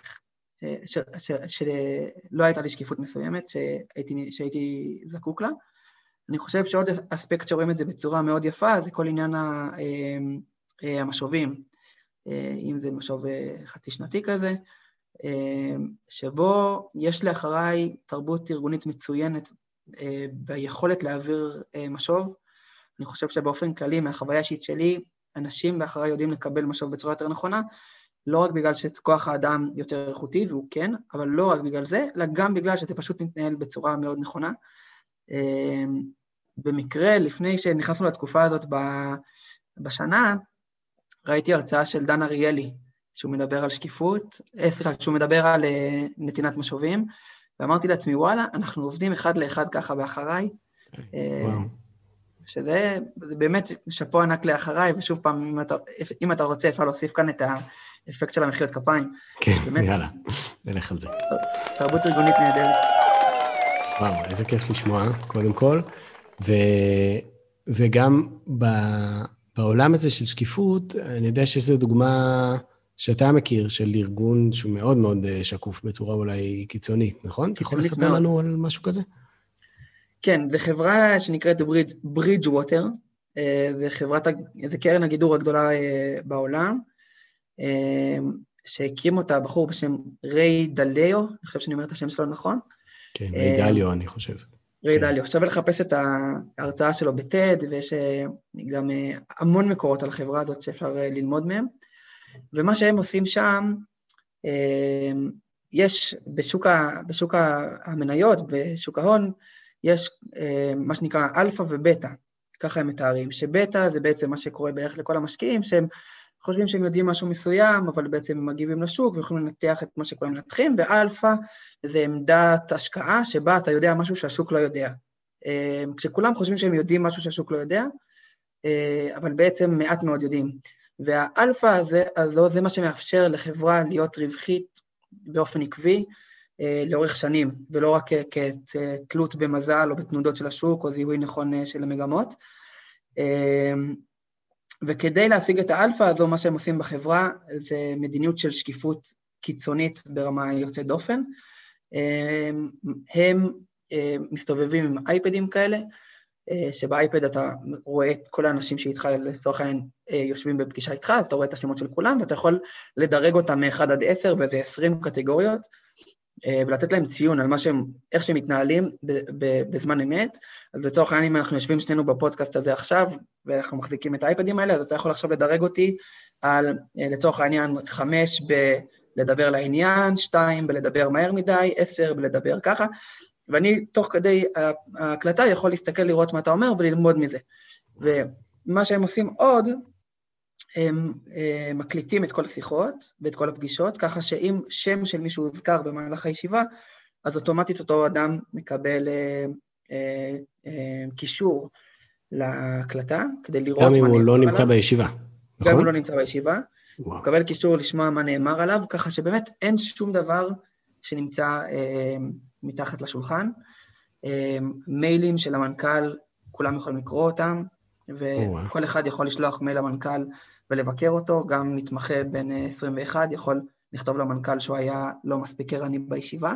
שלא הייתה לי שקיפות מסוימת, שהייתי זקוק לה. אני חושב שעוד אספקט שרואים את זה בצורה מאוד יפה, זה כל עניין המשובים, אם זה משוב חצי שנתי כזה, שבו יש לאחריי תרבות ארגונית מצוינת ביכולת להעביר משוב. אני חושב שבאופן כללי, מהחוויה האישית שלי, אנשים באחריי יודעים לקבל משוב בצורה יותר נכונה, לא רק בגלל שכוח האדם יותר איכותי, והוא כן, אבל לא רק בגלל זה, אלא גם בגלל שזה פשוט מתנהל בצורה מאוד נכונה. במקרה, לפני שנכנסנו לתקופה הזאת בשנה, ראיתי הרצאה של דן אריאלי, שהוא מדבר על שקיפות, שהוא מדבר על נתינת משובים, ואמרתי לעצמי, וואלה, אנחנו עובדים אחד לאחד ככה באחריי, שזה באמת שפו ענק לאחריי, ושוב פעם, אם אתה רוצה, אפשר להוסיף כאן את האפקט של המחיאות כפיים. כן, יאללה, נלך על זה. תרבות ארגונית נהדרת. וואו, איזה כיף לשמוע, קודם כל, וגם בעולם הזה של שקיפות, אני יודע שזו דוגמה שאתה מכיר, של ארגון שהוא מאוד מאוד שקוף, בצורה אולי קיצונית, נכון? אתה יכול לספר לנו על משהו כזה? כן, זו חברה שנקראת ברידג'ווטר, זו קרן הגידור הגדולה בעולם, שהקים אותה בחור בשם ריי דליו, אני חושב שאני אומר את השם שלו נכון. כן, ריי דליו, אני חושב. ריי דליו, שווה לחפש את ההרצאה שלו בטד, ויש גם המון מקורות על החברה הזאת שאפשר ללמוד מהם, ומה שהם עושים שם, יש בשוק המניות, בשוק ההון, יש מה שנקרא אלפא ובטא, ככה הם מתארים, שבטא זה בעצם מה שקורה בערך לכל המשקיעים, שהם חושבים שהם יודעים משהו מסוים, אבל בעצם הם מגיבים לשוק, ויכולים לנתח את מה שקורה מנתחים, ואלפא זה עמדת השקעה, שבה אתה יודע משהו שהשוק לא יודע. כשכולם חושבים שהם יודעים משהו שהשוק לא יודע, אבל בעצם מעט מאוד יודעים. והאלפא הזה, זה מה שמאפשר לחברה להיות רווחית באופן עקבי, לאורך שנים, ולא רק כתלות במזל או בתנודות של השוק, או זיהוי נכון של המגמות. וכדי להשיג את האלפא הזו, מה שהם עושים בחברה, זה מדיניות של שקיפות קיצונית ברמה יוצאת דופן. הם מסתובבים עם אייפדים כאלה, שבאייפד אתה רואה את כל האנשים שאיתך לצורך העניין יושבים בפגישה איתך, אז אתה רואה את השמות של כולם, ואתה יכול לדרג אותם מ-1 עד 10 באיזה 20 קטגוריות, ולתת להם ציון על איך שהם מתנהלים בזמן אמת. אז לצורך העניין, אם אנחנו יושבים שנינו בפודקאסט הזה עכשיו, ואנחנו מחזיקים את האייפדים האלה, אז אתה יכול עכשיו לדרג אותי על, לצורך העניין, 5 בלדבר לעניין, 2 בלדבר מהר מדי, 10 בלדבר ככה, ואני תוך כדי ההקלטה יכול להסתכל לראות מה אתה אומר וללמוד מזה. ומה שהם עושים עוד, הם מקליטים את כל השיחות ואת כל הפגישות, ככה שאם שם של מישהו הוזכר במהלך הישיבה, אז אוטומטית אותו אדם מקבל קישור להקלטה, כדי לראות מה נאמר עליו. גם אם הוא לא נמצא בישיבה, נכון? גם אם הוא לא נמצא בישיבה, הוא מקבל קישור לשמוע מה נאמר עליו, ככה שבאמת אין שום דבר שנמצא מתחת לשולחן. מיילים של המנכ"ל, כולם יכולים לקרוא אותם, וכל אחד יכול לשלוח מייל למנכ"ל ולבקר אותו, גם מתמחה בין 21 יכול לכתוב למנכ"ל שהוא היה לא מספיק ערני בישיבה.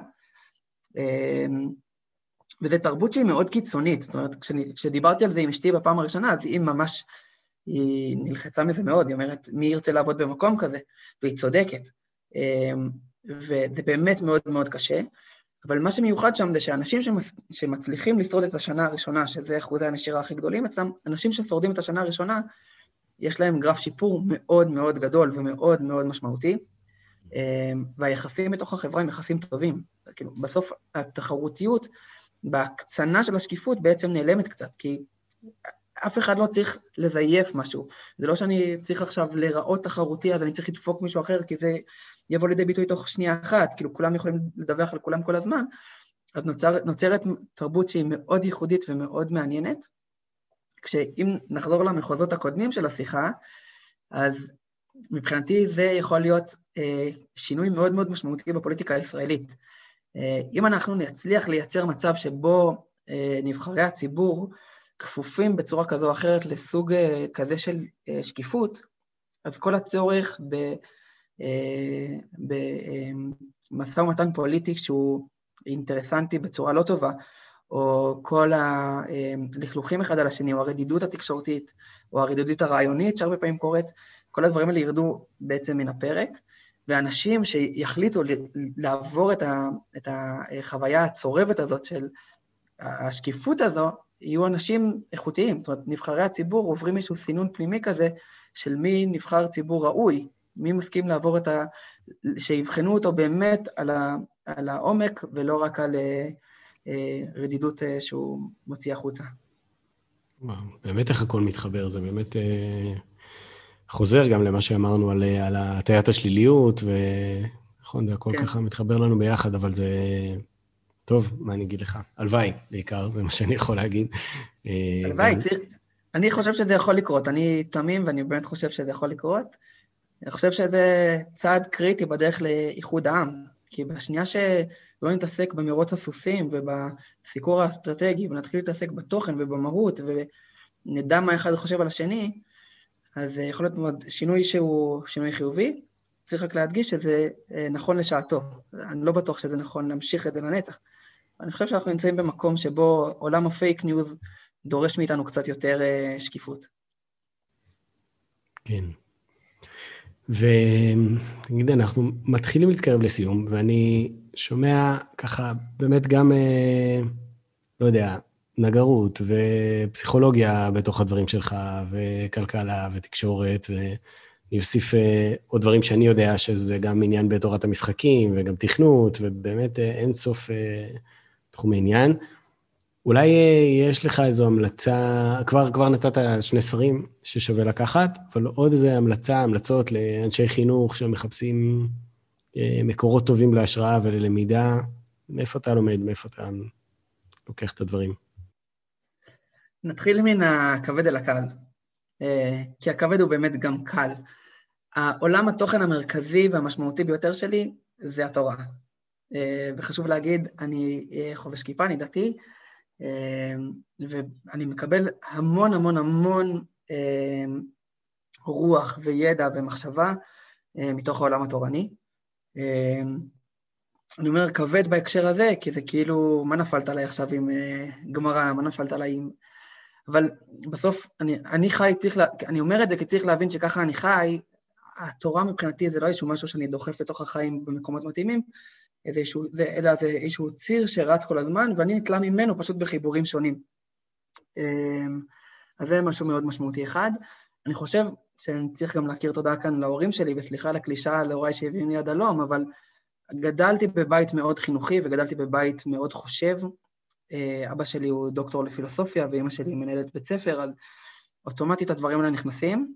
וזו תרבות שהיא מאוד קיצונית, זאת אומרת, כשדיברתי על זה עם אשתי בפעם הראשונה, אז היא נלחצה מזה מאוד, היא אומרת, מי ירצה לעבוד במקום כזה? והיא צודקת. וזה באמת מאוד מאוד קשה, אבל מה שמיוחד שם זה שאנשים שמצליחים לשרוד את השנה הראשונה, שזה אחוזי הנשירה הכי גדולים אצלם, אנשים ששורדים את השנה הראשונה, יש להם גרף שיפור מאוד מאוד גדול ומאוד מאוד משמעותי, והיחסים בתוך החברה הם יחסים טובים. כאילו, בסוף התחרותיות, בהקצנה של השקיפות בעצם נעלמת קצת, כי אף אחד לא צריך לזייף משהו. זה לא שאני צריך עכשיו לראות תחרותי, אז אני צריך לדפוק מישהו אחר, כי זה יבוא לידי ביטוי תוך שנייה אחת, כאילו כולם יכולים לדווח על כולם כל הזמן, אז נוצרת תרבות שהיא מאוד ייחודית ומאוד מעניינת, כשאם נחזור למחוזות הקודמים של השיחה, אז מבחינתי זה יכול להיות שינוי מאוד מאוד משמעותי בפוליטיקה הישראלית. אם אנחנו נצליח לייצר מצב שבו נבחרי הציבור כפופים בצורה כזו או אחרת לסוג כזה של שקיפות, אז כל הצורך במשא ומתן פוליטי שהוא אינטרסנטי בצורה לא טובה, או כל הלכלוכים אחד על השני, או הרדידות התקשורתית, או הרדידות הרעיונית שהרבה פעמים קורית, כל הדברים האלה ירדו בעצם מן הפרק, ואנשים שיחליטו לעבור את החוויה הצורבת הזאת של השקיפות הזו, יהיו אנשים איכותיים. זאת אומרת, נבחרי הציבור עוברים איזשהו סינון פנימי כזה, של מי נבחר ציבור ראוי, מי מסכים לעבור שיבחנו אותו באמת על העומק, ולא רק על רדידות שהוא מוציא החוצה. וואו, באמת איך הכל מתחבר, זה באמת חוזר גם למה שאמרנו על הטיית השליליות, ונכון, זה הכל ככה מתחבר לנו ביחד, אבל זה טוב, מה אני אגיד לך? הלוואי, בעיקר, זה מה שאני יכול להגיד. הלוואי, אני חושב שזה יכול לקרות, אני תמים ואני באמת חושב שזה יכול לקרות, אני חושב שזה צעד קריטי בדרך לאיחוד העם, כי בשנייה שלא נתעסק במרוץ הסוסים ובסיקור האסטרטגי, ונתחיל להתעסק בתוכן ובמהות, ונדע מה אחד חושב על השני, אז יכול להיות מאוד שינוי שהוא שינוי חיובי, צריך רק להדגיש שזה נכון לשעתו. אני לא בטוח שזה נכון להמשיך את זה לנצח. אני חושב שאנחנו נמצאים במקום שבו עולם הפייק ניוז דורש מאיתנו קצת יותר שקיפות. כן. ונגיד, אנחנו מתחילים להתקרב לסיום, ואני שומע ככה באמת גם, לא יודע, נגרות ופסיכולוגיה בתוך הדברים שלך, וכלכלה ותקשורת, ואני אוסיף עוד דברים שאני יודע שזה גם עניין בתורת המשחקים, וגם תכנות, ובאמת אין סוף תחום העניין. אולי יש לך איזו המלצה, כבר נתת 2 ספרים ששווה לקחת, אבל עוד איזו המלצות לאנשי חינוך שמחפשים מקורות טובים להשראה וללמידה. מאיפה אתה לומד, מאיפה אתה לוקח את הדברים? נתחיל מן הכבד אל הקל, כי הכבד הוא באמת גם קל. העולם התוכן המרכזי והמשמעותי ביותר שלי זה התורה. וחשוב להגיד, אני חובש כיפה, אני דתי, ואני מקבל המון המון המון רוח וידע ומחשבה מתוך העולם התורני. אני אומר כבד בהקשר הזה, כי זה כאילו, מה נפלת עליי עכשיו עם גמרא, מה נפלת עליי עם... אבל בסוף, אני אומר את זה כי צריך להבין שככה אני חי, התורה מבחינתי זה לא איזשהו משהו שאני דוחף לתוך החיים במקומות מתאימים, אלא זה איזשהו ציר שרץ כל הזמן, ואני נתלה ממנו פשוט בחיבורים שונים. אז זה משהו מאוד משמעותי אחד. אני חושב שאני צריך גם להכיר תודה כאן להורים שלי, וסליחה על הקלישאה להוריי שהביאו לי עד הלום, אבל גדלתי בבית מאוד חינוכי, וגדלתי בבית מאוד חושב. אבא שלי הוא דוקטור לפילוסופיה, ואמא שלי מנהלת בית ספר, אז אוטומטית הדברים האלה נכנסים,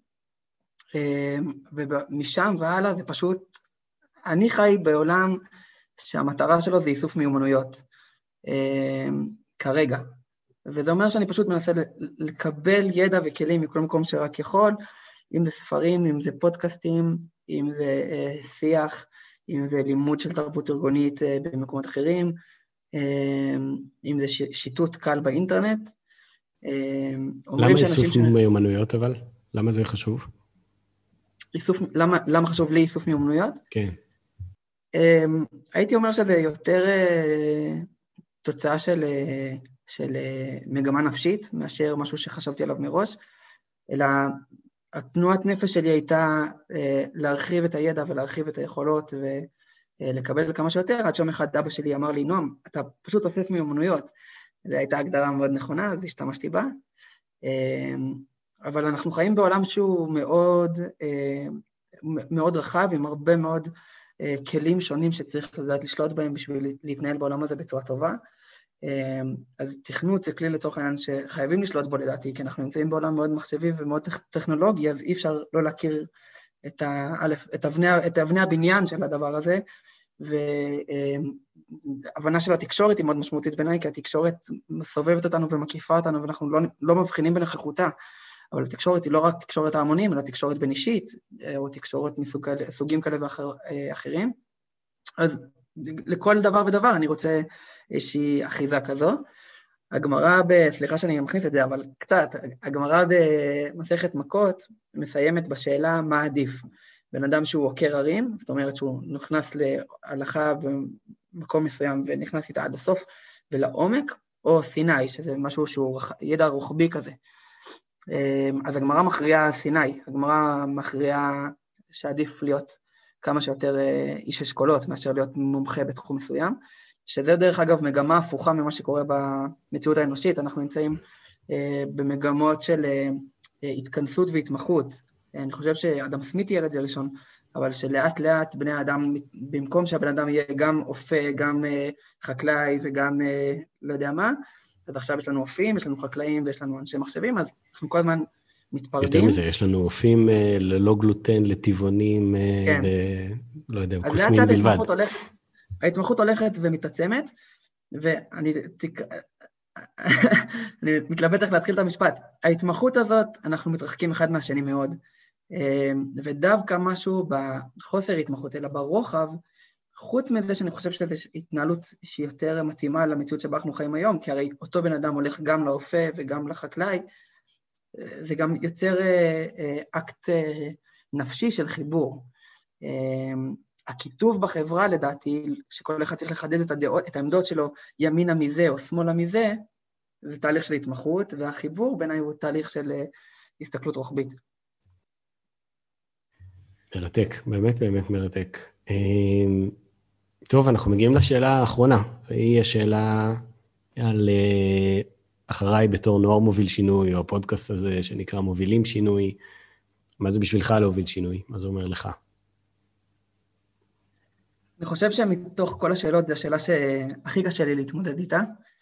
ומשם והלאה זה פשוט, אני חי בעולם שהמטרה שלו זה איסוף מיומנויות, כרגע. וזה אומר שאני פשוט מנסה לקבל ידע וכלים מכל מקום שרק יכול, אם זה ספרים, אם זה פודקאסטים, אם זה שיח, אם זה לימוד של תרבות ארגונית במקומות אחרים, אם זה שיטוט קל באינטרנט. למה איסוף מיומנויות אבל? למה זה חשוב? למה חשוב לי איסוף מיומנויות? כן. הייתי אומר שזה יותר תוצאה של מגמה נפשית, מאשר משהו שחשבתי עליו מראש, אלא התנועת נפש שלי הייתה להרחיב את הידע ולהרחיב את היכולות ולקבל כמה שיותר, עד שיום אחד אבא שלי אמר לי, נועם, אתה פשוט אוסף מיומנויות. זו הייתה הגדרה מאוד נכונה, אז השתמשתי בה. אבל אנחנו חיים בעולם שהוא מאוד, מאוד רחב, עם הרבה מאוד כלים שונים שצריך לדעת לשלוט בהם בשביל להתנהל בעולם הזה בצורה טובה. אז תכנות זה כלי לצורך העניין שחייבים לשלוט בו לדעתי, כי אנחנו נמצאים בעולם מאוד מחשבי ומאוד טכנולוגי, אז אי אפשר לא להכיר את אבני הבניין של הדבר הזה, והבנה של התקשורת היא מאוד משמעותית בעיניי, כי התקשורת מסובבת אותנו ומקיפה אותנו, ואנחנו לא מבחינים בנוכחותה, אבל התקשורת היא לא רק תקשורת ההמונים, אלא תקשורת בין אישית, או תקשורת מסוגים כאלה ואחרים. אז לכל דבר ודבר אני רוצה איזושהי אחיזה כזו. הגמרא, סליחה שאני מכניס את זה, אבל קצת, הגמרא במסכת מכות מסיימת בשאלה מה עדיף. בן אדם שהוא עוקר הרים, זאת אומרת שהוא נכנס להלכה במקום מסוים ונכנס איתה עד הסוף ולעומק, או סיני, שזה משהו שהוא ידע רוחבי כזה. אז הגמרא מכריעה סיני, הגמרא מכריעה שעדיף להיות כמה שיותר איש אשכולות, מאשר להיות מומחה בתחום מסוים, שזה דרך אגב מגמה הפוכה ממה שקורה במציאות האנושית, אנחנו נמצאים במגמות של התכנסות והתמחות, אני חושב שאדם סמית תיאר את זה ראשון, אבל שלאט לאט בני האדם, במקום שהבן אדם יהיה גם אופה, גם חקלאי וגם לא יודע מה, אז עכשיו יש לנו אופים, יש לנו חקלאים ויש לנו אנשי מחשבים, אז אנחנו כל הזמן מתפרדים. יותר מזה, יש לנו אופים ללא גלוטן, לטבעונים, כן. לא יודע, אז קוסמים בלבד. ההתמחות הולכת ומתעצמת, ואני אני מתלבט איך להתחיל את המשפט. ההתמחות הזאת, אנחנו מתרחקים אחד מהשני מאוד, ודווקא משהו בחוסר התמחות, אלא ברוחב, חוץ מזה שאני חושב שזו התנהלות שהיא יותר מתאימה למציאות שבה אנחנו חיים היום, כי הרי אותו בן אדם הולך גם לאופה וגם לחקלאי, זה גם יוצר אקט נפשי של חיבור. הכיתוב בחברה לדעתי, שכל אחד צריך לחדד את העמדות שלו, ימינה מזה או שמאלה מזה, זה תהליך של התמחות, והחיבור בעיניי הוא תהליך של הסתכלות רוחבית. מרתק, באמת באמת מרתק. טוב, אנחנו מגיעים לשאלה האחרונה, והיא השאלה על אחריי בתור נוער מוביל שינוי, או הפודקאסט הזה שנקרא מובילים שינוי. מה זה בשבילך להוביל שינוי? מה זה אומר לך? אני חושב שמתוך כל השאלות, זו השאלה שהכי קשה לי להתמודד איתה.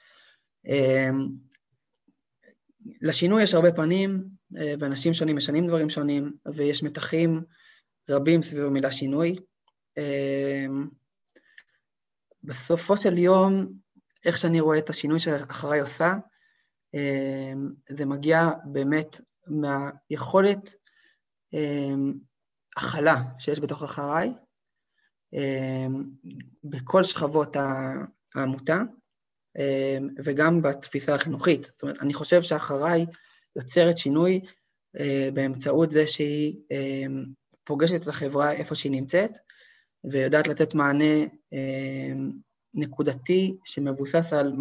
לשינוי יש הרבה פנים, ואנשים שונים משנים דברים שונים, ויש מתחים רבים סביב המילה שינוי. בסופו של יום, איך שאני רואה את השינוי שאחריי עושה, זה מגיע באמת מהיכולת הכלה שיש בתוך אחריי, בכל שכבות העמותה, וגם בתפיסה החינוכית. זאת אומרת, אני חושב שאחריי יוצרת שינוי באמצעות זה שהיא פוגשת את החברה איפה שהיא נמצאת, ויודעת לתת מענה נקודתי שמבוסס על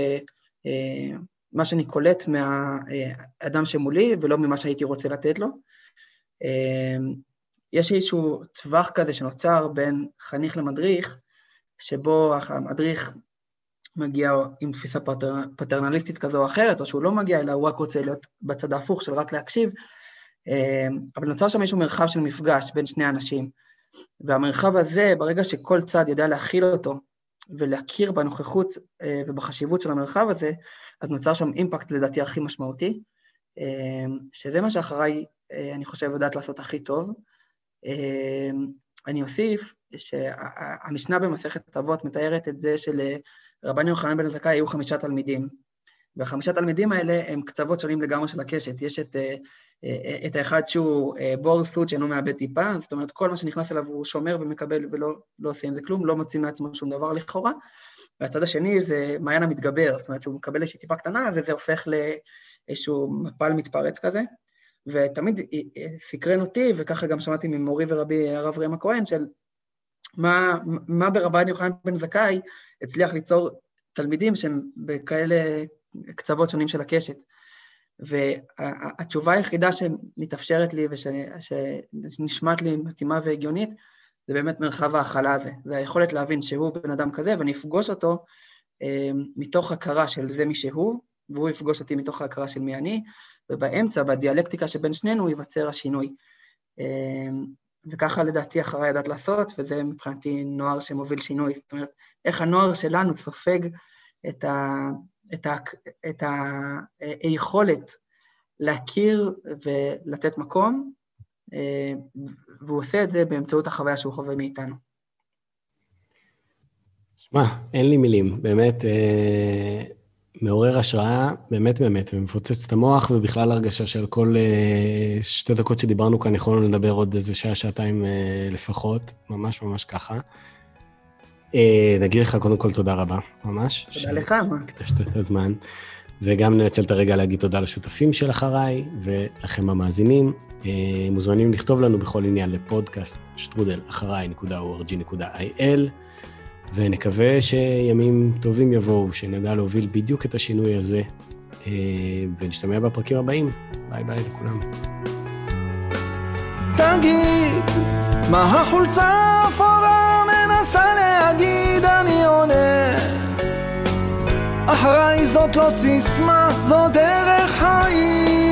מה שאני קולט מהאדם שמולי, ולא ממה שהייתי רוצה לתת לו. יש איזשהו טווח כזה שנוצר בין חניך למדריך, שבו המדריך מגיע עם תפיסה פטרנליסטית כזו או אחרת, או שהוא לא מגיע, אלא הוא רק רוצה להיות בצד ההפוך של רק להקשיב, אבל נוצר שם איזשהו מרחב של מפגש בין שני אנשים, והמרחב הזה, ברגע שכל צד יודע להכיל אותו, ולהכיר בנוכחות ובחשיבות של המרחב הזה, אז נוצר שם אימפקט לדעתי הכי משמעותי, שזה מה שאחריי אני חושב יודעת לעשות הכי טוב. אני אוסיף שהמשנה במסכת אבות מתארת את זה שלרבן יוחנן בן זכאי היו 5 תלמידים, ו5 תלמידים האלה הם קצוות שונים לגמרי של הקשת. יש את האחד שהוא בור סוד שאינו מאבד טיפה, זאת אומרת כל מה שנכנס אליו הוא שומר ומקבל ולא עושה עם זה כלום, לא מוצאים לעצמו שום דבר לכאורה, והצד השני זה מעיין המתגבר, זאת אומרת שהוא מקבל איזושהי טיפה קטנה וזה הופך לאיזשהו מפל מתפרץ כזה, ותמיד סקרן אותי, וככה גם שמעתי ממורי ורבי הרב ראם הכהן, של מה ברבן יוחנן בן זכאי הצליח ליצור תלמידים שהם בכאלה קצוות שונים של הקשת. והתשובה היחידה שמתאפשרת לי ושנשמעת לי מתאימה והגיונית, זה באמת מרחב ההכלה הזה. זה היכולת להבין שהוא בן אדם כזה, ואני אפגוש אותו מתוך הכרה של זה מי שהוא, והוא יפגוש אותי מתוך ההכרה של מי אני, ובאמצע, בדיאלקטיקה שבין שנינו, ייווצר השינוי. וככה לדעתי אחריי ידעת לעשות, וזה מבחינתי נוער שמוביל שינוי. זאת אומרת, איך הנוער שלנו סופג את היכולת להכיר ולתת מקום, והוא עושה את זה באמצעות החוויה שהוא חווה מאיתנו. שמע, אין לי מילים, באמת מעורר השראה, באמת, ומפוצץ את המוח, ובכלל הרגשה של כל 2 דקות שדיברנו כאן, יכולנו לדבר עוד איזה שעה, שעתיים לפחות, ממש ככה. נגיד לך קודם כל תודה רבה, ממש. תודה לך, מה? הקדשת את הזמן, וגם ננצל את הרגע להגיד תודה לשותפים של אחריי, ולכם המאזינים. מוזמנים לכתוב לנו בכל עניין לפודקאסט strudel.אחריי.org.il, ונקווה שימים טובים יבואו, שנדע להוביל בדיוק את השינוי הזה, ונשתמע בפרקים הבאים. ביי ביי לכולם. תגיד, מה החולצה אפורה מנסה להגיד, אני עונה. אחריי זאת לא סיסמה, זו דרך חיים.